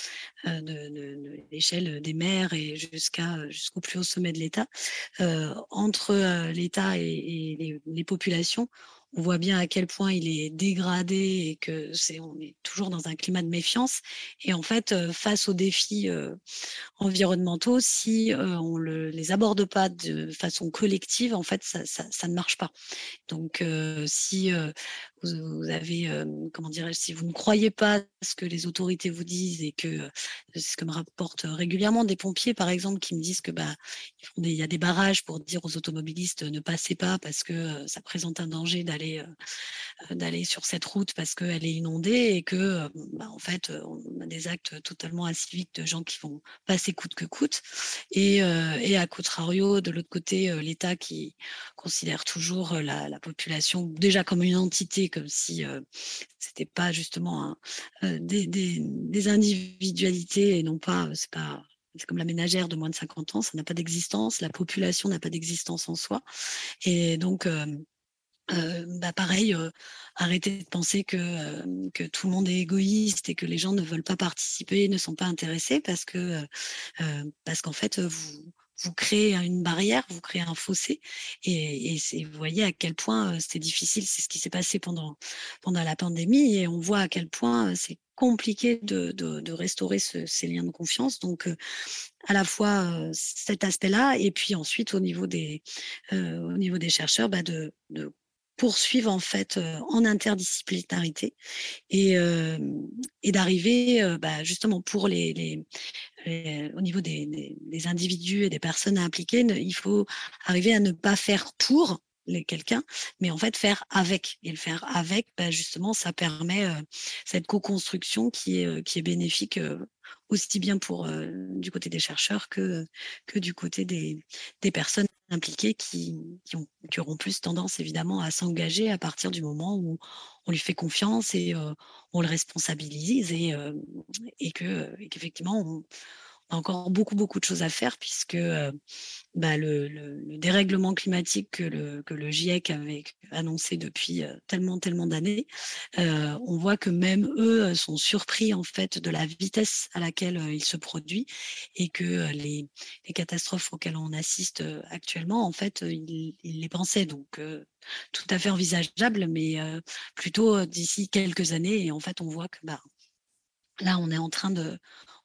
de l'échelle des maires et jusqu'au plus haut sommet de l'État. Entre, l'État et les populations, on voit bien à quel point il est dégradé et que on est toujours dans un climat de méfiance et en fait, face aux défis, environnementaux, si, on les aborde pas de façon collective, en fait, ça ne marche pas. Donc, si, vous avez, comment dirais-je? Si vous ne croyez pas ce que les autorités vous disent et que, c'est ce que me rapportent régulièrement des pompiers, par exemple, qui me disent que, bah, il y a des barrages pour dire aux automobilistes: «Ne passez pas parce que, ça présente un danger d'aller sur cette route parce qu'elle est inondée» et que, bah, en fait, on a des actes totalement inciviques de gens qui vont passer coûte que coûte et à contrario, de l'autre côté, l'État qui considère toujours, la population déjà comme une entité, comme si, c'était pas justement des individualités et non pas, c'est comme la ménagère de moins de 50 ans, ça n'a pas d'existence, la population n'a pas d'existence en soi et donc bah, pareil, arrêter de penser que tout le monde est égoïste et que les gens ne veulent pas participer, ne sont pas intéressés parce qu'en fait, vous créez une barrière, vous créez un fossé et vous voyez à quel point, c'est difficile. C'est ce qui s'est passé pendant la pandémie et on voit à quel point, c'est compliqué de restaurer ces liens de confiance donc à la fois, cet aspect-là et puis ensuite au niveau des chercheurs, bah, de poursuivre en fait, en interdisciplinarité et d'arriver, bah, justement pour au niveau des individus et des personnes impliquées, il faut arriver à ne pas faire pour quelqu'un, mais en fait faire avec. Et le faire avec, bah, justement, ça permet cette co-construction qui est bénéfique aussi bien pour du côté des chercheurs que du côté des personnes impliquées qui auront plus tendance évidemment à s'engager à partir du moment où on lui fait confiance et on le responsabilise et qu'effectivement on a encore beaucoup, beaucoup de choses à faire puisque, bah, le dérèglement climatique que le GIEC avait annoncé depuis, tellement, tellement d'années, on voit que même eux, sont surpris en fait de la vitesse à laquelle, il se produit et que, les catastrophes auxquelles on assiste, actuellement en fait, ils les pensaient donc tout à fait envisageable mais plutôt, d'ici quelques années et en fait on voit que, bah, là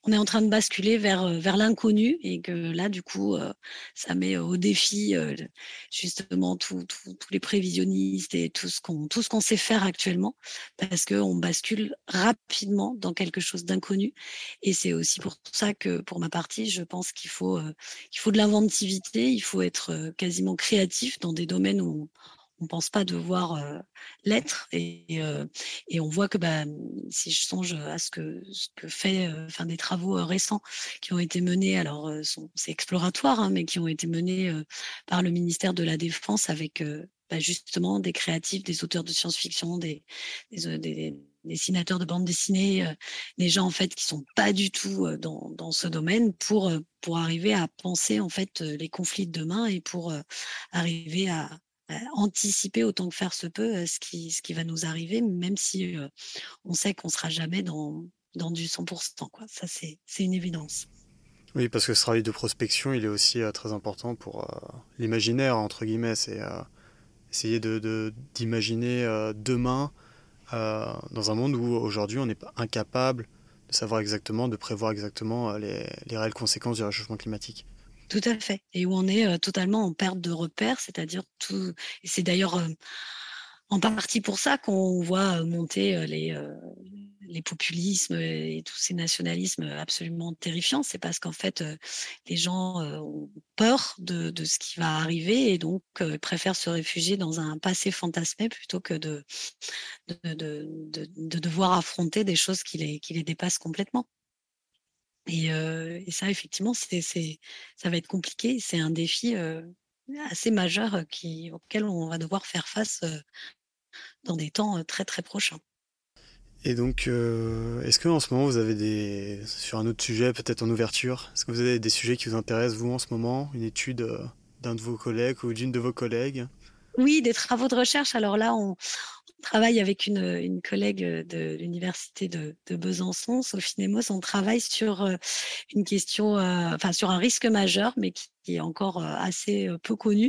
on est en train de basculer vers l'inconnu et que là, du coup, ça met au défi justement tous les prévisionnistes et tout ce qu'on sait faire actuellement parce qu'on bascule rapidement dans quelque chose d'inconnu. Et c'est aussi pour ça que, pour ma partie, je pense qu'il faut de l'inventivité, il faut être quasiment créatif dans des domaines où on ne pense pas devoir l'être. Et on voit que si je songe à ce que fait des travaux récents qui ont été menés, alors c'est exploratoire, hein, mais qui ont été menés par le ministère de la Défense avec justement des créatifs, des auteurs de science-fiction, des dessinateurs de bande dessinée, des gens en fait qui sont pas du tout dans ce domaine pour arriver à penser en fait les conflits de demain et pour arriver à anticiper autant que faire se peut ce qui va nous arriver, même si on sait qu'on ne sera jamais dans du 100%, quoi. Ça, c'est une évidence. Oui, parce que ce travail de prospection, il est aussi très important pour l'imaginaire, entre guillemets. C'est essayer d'imaginer demain dans un monde où aujourd'hui on n'est pas incapable de savoir exactement, de prévoir exactement les réelles conséquences du réchauffement climatique. Tout à fait. Et où on est totalement en perte de repères, c'est-à-dire tout. Et c'est d'ailleurs en partie pour ça qu'on voit monter les populismes et tous ces nationalismes absolument terrifiants. C'est parce qu'en fait, les gens ont peur de ce qui va arriver et donc préfèrent se réfugier dans un passé fantasmé plutôt que de devoir affronter des choses qui les dépassent complètement. Et ça, effectivement, ça va être compliqué. C'est un défi assez majeur auquel on va devoir faire face dans des temps très, très prochains. Et donc, est-ce qu'en ce moment vous avez sur un autre sujet, peut-être en ouverture, est-ce que vous avez des sujets qui vous intéressent, vous, en ce moment? Une étude d'un de vos collègues ou d'une de vos collègues? Oui, des travaux de recherche. Alors là, on travaille avec une collègue de l'université de Besançon, Sophie Nemos. On travaille sur une question, sur un risque majeur, mais qui est encore assez peu connu,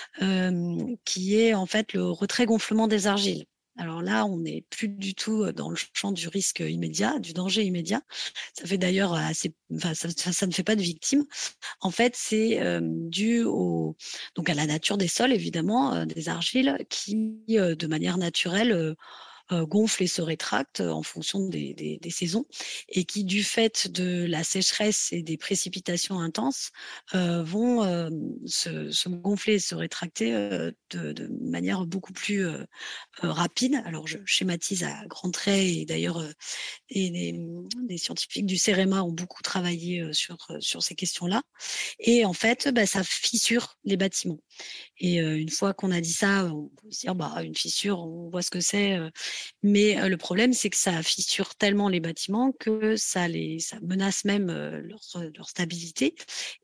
qui est en fait le retrait gonflement des argiles. Alors là, on n'est plus du tout dans le champ du risque immédiat, du danger immédiat. Ça fait d'ailleurs ça ne fait pas de victimes. En fait, c'est dû donc à la nature des sols, évidemment, des argiles qui, de manière naturelle, gonflent et se rétractent en fonction des saisons et qui, du fait de la sécheresse et des précipitations intenses, vont se gonfler et se rétracter de manière beaucoup plus rapide. Alors, je schématise à grands traits et d'ailleurs, et les scientifiques du CEREMA ont beaucoup travaillé sur ces questions-là. Et en fait, ça fissure les bâtiments. Et une fois qu'on a dit ça, on peut se dire, une fissure, on voit ce que c'est. Mais le problème, c'est que ça fissure tellement les bâtiments que ça menace même leur stabilité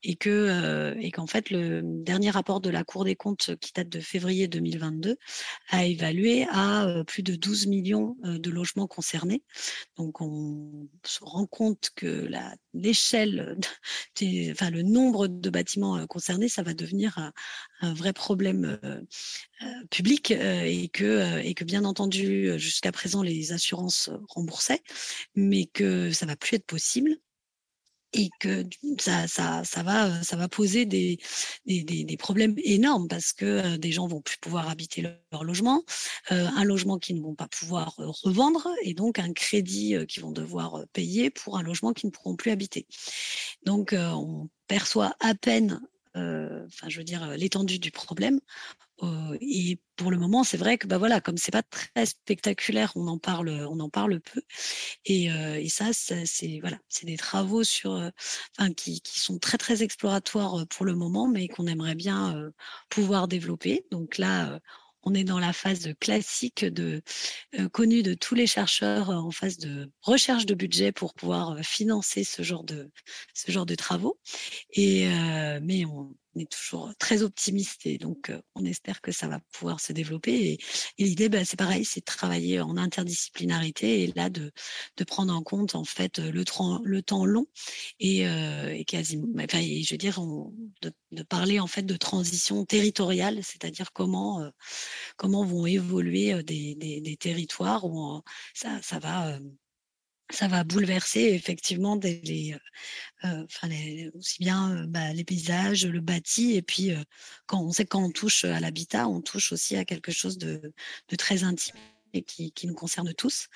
et qu'en fait, le dernier rapport de la Cour des comptes qui date de février 2022 a évalué à plus de 12 millions de logements concernés. Donc, on se rend compte que l'échelle, le nombre de bâtiments concernés, ça va devenir un vrai problème public et que bien entendu, jusqu'à présent, les assurances remboursaient, mais que ça va plus être possible et que ça va poser des problèmes énormes parce que des gens vont plus pouvoir habiter leur logement, un logement qu'ils ne vont pas pouvoir revendre et donc un crédit qu'ils vont devoir payer pour un logement qu'ils ne pourront plus habiter. Donc on perçoit à peine l'étendue du problème. Et pour le moment, c'est vrai que voilà, comme c'est pas très spectaculaire, on en parle peu. Et ça, c'est voilà, c'est des travaux qui sont très très exploratoires pour le moment, mais qu'on aimerait bien pouvoir développer. Donc là, on est dans la phase classique connue de tous les chercheurs en phase de recherche de budget pour pouvoir financer ce genre de travaux. Mais on est toujours très optimiste et donc on espère que ça va pouvoir se développer. Et l'idée, c'est pareil, c'est de travailler en interdisciplinarité et là de prendre en compte en fait le temps long et quasiment, et je veux dire, de parler en fait de transition territoriale, c'est-à-dire comment vont évoluer des territoires où ça va ça va bouleverser effectivement aussi bien les paysages, le bâti, et puis quand on sait que quand on touche à l'habitat, on touche aussi à quelque chose de très intime et qui nous concerne tous,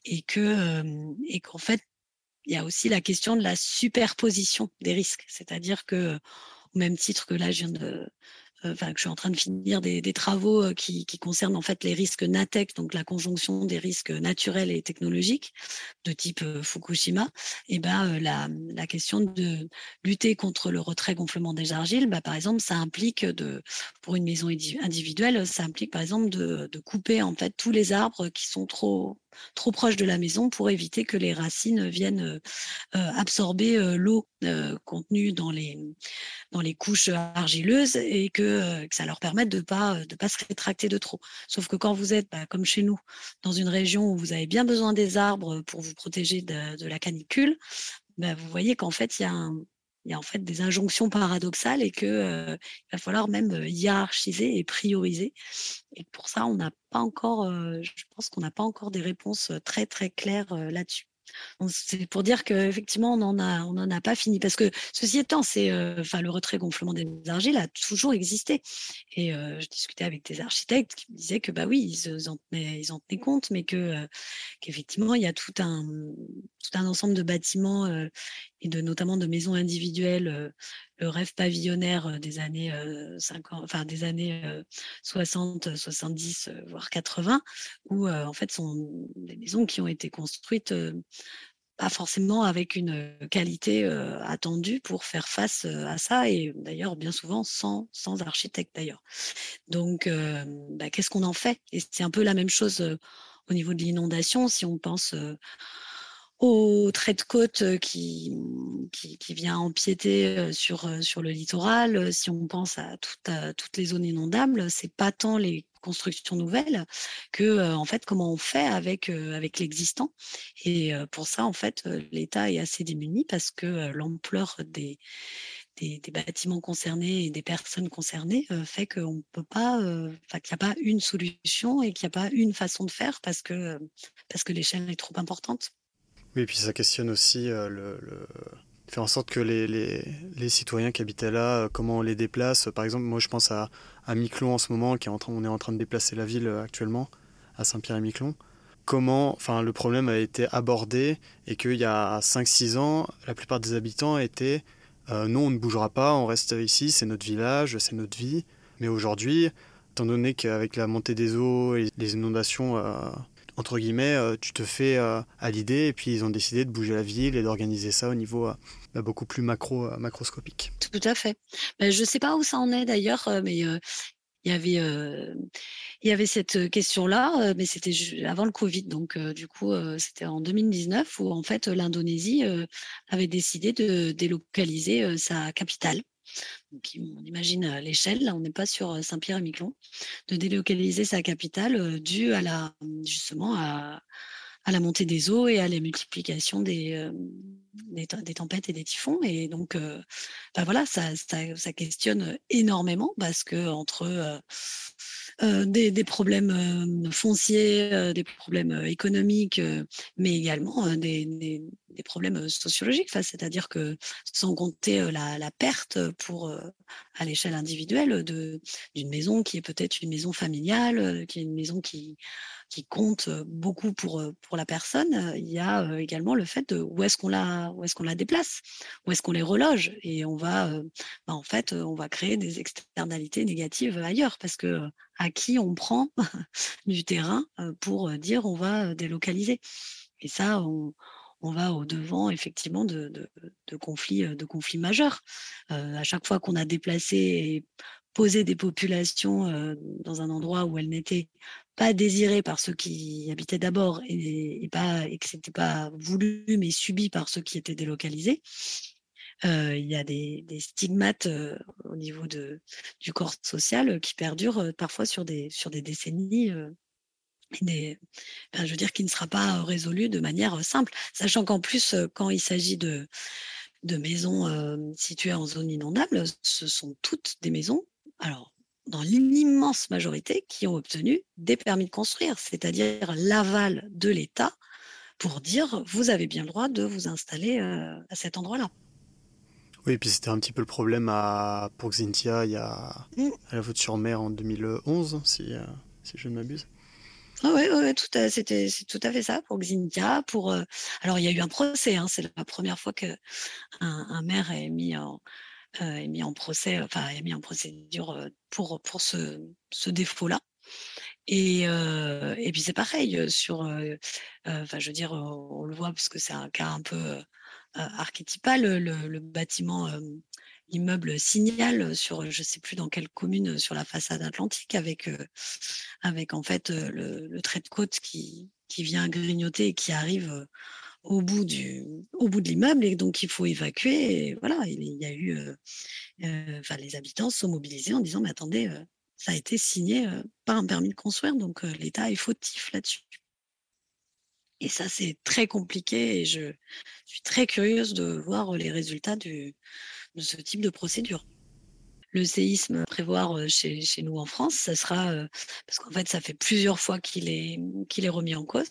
et qu'en fait, il y a aussi la question de la superposition des risques. C'est-à-dire que, au même titre que là, que je suis en train de finir des travaux qui concernent en fait les risques NATEC, donc la conjonction des risques naturels et technologiques de type Fukushima, et la question de lutter contre le retrait-gonflement des argiles, par exemple, ça implique pour une maison individuelle, ça implique par exemple de couper en fait tous les arbres qui sont trop proches de la maison pour éviter que les racines viennent absorber l'eau contenue dans les couches argileuses, et que ça leur permette de pas se rétracter de trop. Sauf que quand vous êtes, comme chez nous, dans une région où vous avez bien besoin des arbres pour vous protéger de la canicule, vous voyez qu'en fait, il y a en fait des injonctions paradoxales, et qu'il va falloir même hiérarchiser et prioriser. Et pour ça, on n'a pas encore, je pense qu'on n'a pas encore des réponses très, très claires là-dessus. C'est pour dire qu'effectivement, on en a pas fini. Parce que, ceci étant, le retrait-gonflement des argiles a toujours existé. Et je discutais avec des architectes qui me disaient que, oui, ils en tenaient compte, mais qu'effectivement, il y a tout un ensemble de bâtiments et notamment de maisons individuelles, le rêve pavillonnaire des années 50, enfin des années 60, 70, voire 80, où en fait sont des maisons qui ont été construites pas forcément avec une qualité attendue pour faire face à ça, et d'ailleurs bien souvent sans architecte d'ailleurs. Donc qu'est-ce qu'on en fait? Et c'est un peu la même chose au niveau de l'inondation. Si on pense au trait de côte qui vient empiéter sur le littoral, si on pense à toutes les zones inondables, c'est pas tant les constructions nouvelles que en fait comment on fait avec l'existant. Et pour ça, en fait, l'État est assez démuni, parce que l'ampleur des bâtiments concernés et des personnes concernées fait qu'on peut pas, qu'il n'y a pas une solution et qu'il n'y a pas une façon de faire, parce que l'échelle est trop importante. Oui, et puis ça questionne aussi faire en sorte que les citoyens qui habitaient là, comment on les déplace. Par exemple, moi je pense à Miquelon en ce moment, on est en train de déplacer la ville actuellement, à Saint-Pierre-et-Miquelon. Le problème a été abordé, et qu'il y a 5-6 ans, la plupart des habitants étaient non, on ne bougera pas, on reste ici, c'est notre village, c'est notre vie. Mais aujourd'hui, étant donné qu'avec la montée des eaux et les inondations, entre guillemets, tu te fais à l'idée, et puis ils ont décidé de bouger la ville et d'organiser ça au niveau beaucoup plus macroscopique. Tout à fait. Je ne sais pas où ça en est d'ailleurs, mais il y avait, il y avait cette question-là, mais c'était avant le Covid. Donc, du coup, c'était en 2019 où, en fait, l'Indonésie avait décidé de délocaliser sa capitale. Donc, on imagine l'échelle, là, on n'est pas sur Saint-Pierre-et-Miquelon, de délocaliser sa capitale due justement à la montée des eaux et à la multiplication des tempêtes et des typhons. Et donc, voilà, ça questionne énormément, parce que entre des problèmes fonciers, des problèmes économiques, mais également des problèmes sociologiques. C'est-à-dire que, sans compter la perte à l'échelle individuelle d'une maison qui est peut-être une maison familiale, qui est une maison qui compte beaucoup pour la personne, il y a également le fait de où est-ce qu'on la déplace, où est-ce qu'on les reloge, et en fait, on va créer des externalités négatives ailleurs, parce que à qui on prend du terrain pour dire on va délocaliser. Et ça, on va au-devant effectivement de conflits majeurs. À chaque fois qu'on a déplacé et posé des populations dans un endroit où elles n'étaient pas désirées par ceux qui habitaient d'abord, et que c'était pas voulu mais subi par ceux qui étaient délocalisés, il y a des stigmates au niveau du corps social qui perdurent parfois sur des décennies. Je veux dire, qui ne sera pas résolu de manière simple. Sachant qu'en plus, quand il s'agit de maisons situées en zone inondable, ce sont toutes des maisons, alors dans l'immense majorité, qui ont obtenu des permis de construire, c'est-à-dire l'aval de l'État pour dire vous avez bien le droit de vous installer à cet endroit-là. Oui, et puis c'était un petit peu le problème pour Xintia à la Faute-sur-Mer en 2011, si je ne m'abuse. Ah ouais, c'est tout à fait ça pour Xintia. Alors il y a eu un procès, hein, c'est la première fois que un maire est mis en procès, enfin est mis en procédure pour ce défaut-là. Et puis c'est pareil enfin je veux dire, on le voit parce que c'est un cas un peu archétypal, le bâtiment, l'immeuble Signal sur je sais plus dans quelle commune sur la façade atlantique avec en fait le trait de côte qui vient grignoter et qui arrive au bout de l'immeuble et donc il faut évacuer. Et voilà, il y a eu, enfin les habitants se sont mobilisés en disant mais attendez, ça a été signé par un permis de construire, donc l'État est fautif là-dessus. Et ça, c'est très compliqué et je suis très curieuse de voir les résultats de ce type de procédure. Le séisme à prévoir chez nous en France, ça sera parce qu'en fait, ça fait plusieurs fois qu'il est remis en cause.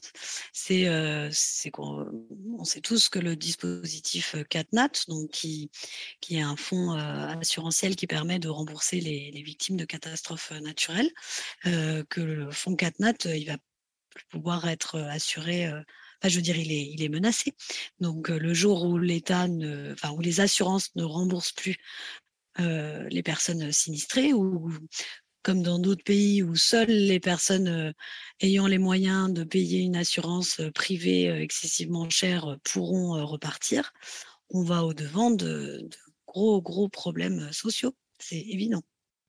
C'est qu'on on sait tous que le dispositif CatNat, donc qui est un fonds assurantiel qui permet de rembourser les victimes de catastrophes naturelles, que le fonds CatNat, il va plus pouvoir être assuré. Enfin, je veux dire, il est menacé. Donc, le jour où où les assurances ne remboursent plus les personnes sinistrées, ou comme dans d'autres pays où seules les personnes ayant les moyens de payer une assurance privée excessivement chère pourront repartir, on va au-devant de gros problèmes sociaux, c'est évident.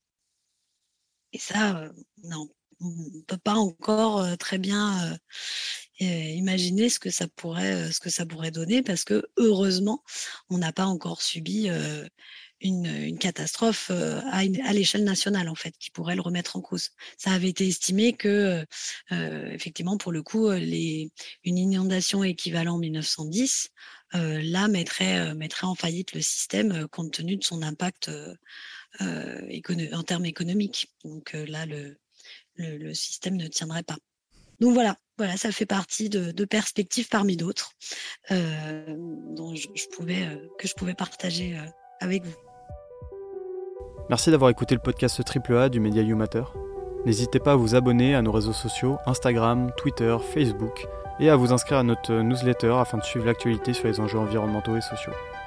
Et ça, non, on ne peut pas encore très bien imaginer ce que ça pourrait donner parce que heureusement, on n'a pas encore subi une catastrophe à l'échelle nationale en fait, qui pourrait le remettre en cause. Ça avait été estimé que effectivement, pour le coup, une inondation équivalent 1910, là mettrait en faillite le système compte tenu de son impact en termes économiques. Donc là, le système ne tiendrait pas. Donc voilà, ça fait partie de perspectives parmi d'autres dont que je pouvais partager avec vous. Merci d'avoir écouté le podcast AAA du média YouMatter. N'hésitez pas à vous abonner à nos réseaux sociaux, Instagram, Twitter, Facebook, et à vous inscrire à notre newsletter afin de suivre l'actualité sur les enjeux environnementaux et sociaux.